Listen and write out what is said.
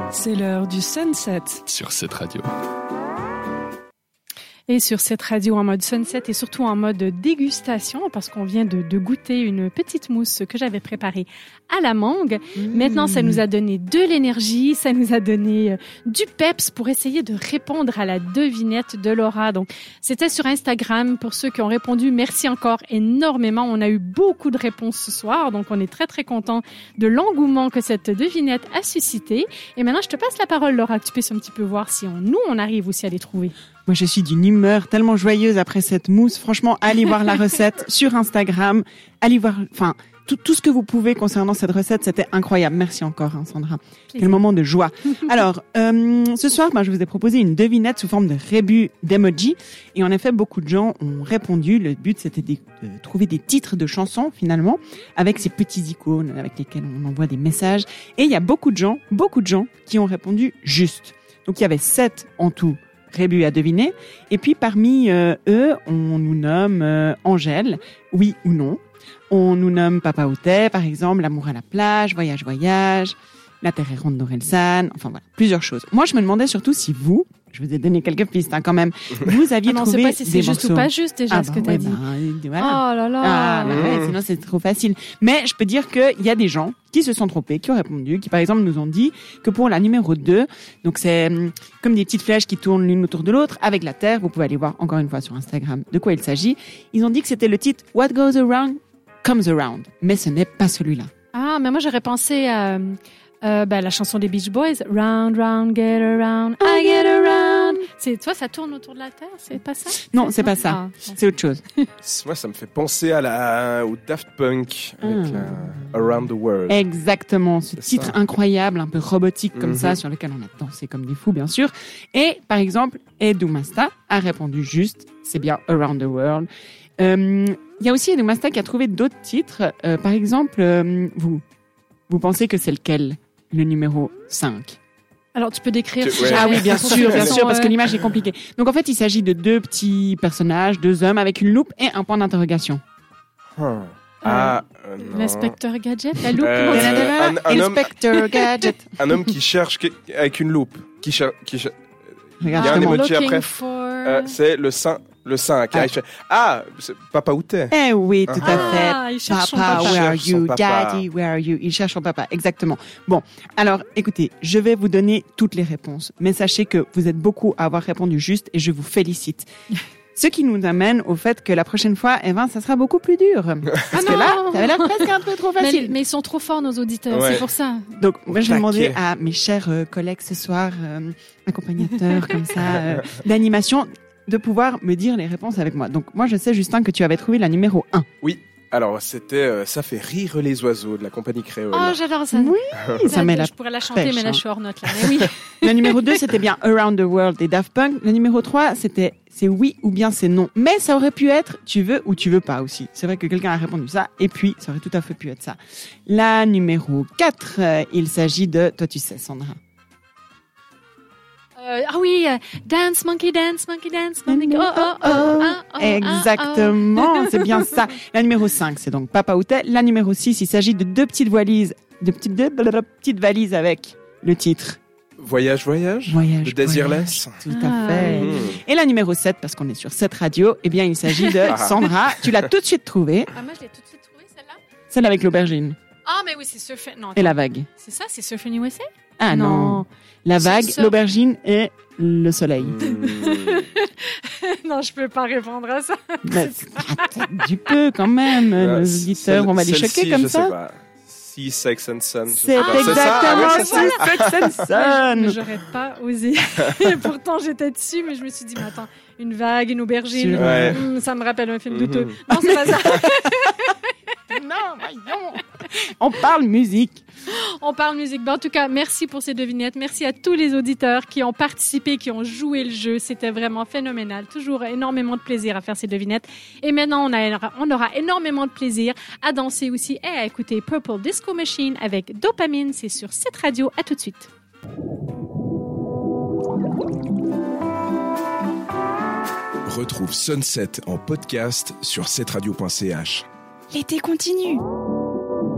C'est l'heure du sunset. Sur cette radio. Et sur cette radio en mode sunset et surtout en mode dégustation, parce qu'on vient de goûter une petite mousse que j'avais préparée à la mangue. Maintenant, ça nous a donné de l'énergie, ça nous a donné du peps pour essayer de répondre à la devinette de Laura. Donc, c'était sur Instagram. Pour ceux qui ont répondu, merci encore énormément. On a eu beaucoup de réponses ce soir, donc on est très, très content de l'engouement que cette devinette a suscité. Et maintenant, je te passe la parole, Laura, que tu puisses un petit peu voir si on arrive aussi à les trouver. Moi, je suis d'une humeur tellement joyeuse après cette mousse. Franchement, allez voir la recette sur Instagram. Allez voir, tout ce que vous pouvez concernant cette recette. C'était incroyable. Merci encore, Sandra. Quel moment de joie. Alors, ce soir, je vous ai proposé une devinette sous forme de rébus d'emoji. Et en effet, beaucoup de gens ont répondu. Le but, c'était de trouver des titres de chansons, finalement, avec ces petits icônes avec lesquels on envoie des messages. Et il y a beaucoup de gens qui ont répondu juste. Donc, il y avait 7 en tout. Rébus à deviner. Et puis, parmi eux, on nous nomme Angèle, oui ou non. On nous nomme Papa Outé, par exemple, L'amour à la plage, Voyage, voyage, La terre est ronde d'Orelsan. Enfin, voilà, plusieurs choses. Moi, je me demandais surtout si vous, je vous ai donné quelques pistes quand même, vous aviez trouvé des morceaux. Non, on ne sait pas si c'est juste ou pas juste déjà ce que tu as dit. Voilà. Oh là là. Sinon, c'est trop facile. Mais je peux dire qu'il y a des gens qui se sont trompés, qui ont répondu, qui par exemple nous ont dit que pour la numéro 2, donc c'est comme des petites flèches qui tournent l'une autour de l'autre avec la terre. Vous pouvez aller voir encore une fois sur Instagram de quoi il s'agit. Ils ont dit que c'était le titre What Goes Around Comes Around. Mais ce n'est pas celui-là. Ah, mais moi j'aurais pensé à... la chanson des Beach Boys, Round, round, get around, I get around. Toi, ça tourne autour de la Terre, c'est pas ça? Non, c'est pas ça. C'est autre chose. Moi, ça me fait penser au Daft Punk avec Around the World. Exactement, ce titre incroyable, un peu robotique comme ça, sur lequel on a dansé comme des fous, bien sûr. Et par exemple, Edu Masta a répondu juste, c'est bien Around the World. Il y a aussi Edu Masta qui a trouvé d'autres titres. Par exemple, vous pensez que c'est lequel? Le numéro 5. Alors, tu peux décrire... Ah oui, bien sûr, parce que l'image est compliquée. Donc, en fait, il s'agit de 2 petits personnages, 2 hommes avec une loupe et un point d'interrogation. L'inspecteur Gadget, la loupe. Inspecteur Gadget. Un homme qui cherche avec une loupe. Il y a un emoji après. C'est le 5. Il fait c'est Papa Outé. Eh oui, tout à fait. Il cherche Papa, son papa. where are you? Daddy, where are you? Il cherche son papa, exactement. Bon, alors, écoutez, je vais vous donner toutes les réponses, mais sachez que vous êtes beaucoup à avoir répondu juste et je vous félicite. Ce qui nous amène au fait que la prochaine fois, ça sera beaucoup plus dur. Parce que là, ça avait l'air presque un peu trop facile. Mais ils sont trop forts, nos auditeurs, c'est pour ça. Donc, moi, je vais demander à mes chers collègues ce soir, accompagnateurs comme ça, d'animation, de pouvoir me dire les réponses avec moi. Donc, moi, je sais, Justin, que tu avais trouvé la numéro 1. Oui. Alors, c'était Ça fait rire les oiseaux de la compagnie créole. Oh, j'adore ça. Oui, ça met la Je pourrais la chanter, mais là, je suis hors note. Là. Mais oui. La numéro 2, c'était bien Around the World des Daft Punk. La numéro 3, c'est oui ou bien c'est non. Mais ça aurait pu être tu veux ou tu veux pas aussi. C'est vrai que quelqu'un a répondu ça, et puis ça aurait tout à fait pu être ça. La numéro 4, il s'agit de, toi tu sais, Sandra. Dance Monkey, Dance Monkey, Dance Monkey. Exactement, c'est bien ça. La numéro 5, c'est donc Papa Outé. La numéro 6, il s'agit de 2 petites petites valises avec le titre Voyage, voyage de Desireless. Tout à fait. Et la numéro 7, parce qu'on est sur cette radio, il s'agit de Sandra. Tu l'as tout de suite trouvée. Ah, moi, je l'ai tout de suite trouvée, celle-là. Celle avec l'aubergine. Ah, mais oui, c'est Surfing... Non, et la vague. C'est ça, c'est Surfing USA? Ah non. La vague, l'aubergine et le soleil. Non, je peux pas répondre à ça. Tu peux quand même, nos auditeurs, on va les choquer comme ça. Sais pas. Sea, Sex and Sun. C'est exactement ça. Sex and Sun. J'aurais pas osé. Pourtant, j'étais dessus, mais je me suis dit, mais attends, une vague, une aubergine, ça me rappelle un film douteux. Non, c'est pas ça. Non, voyons. On parle musique. On parle musique. En tout cas, merci pour ces devinettes. Merci à tous les auditeurs qui ont participé, qui ont joué le jeu. C'était vraiment phénoménal. Toujours énormément de plaisir à faire ces devinettes. Et maintenant, on aura énormément de plaisir à danser aussi et à écouter Purple Disco Machine avec Dopamine. C'est sur cette radio. À tout de suite. Retrouve Sunset en podcast sur cetteradio.ch. L'été continue.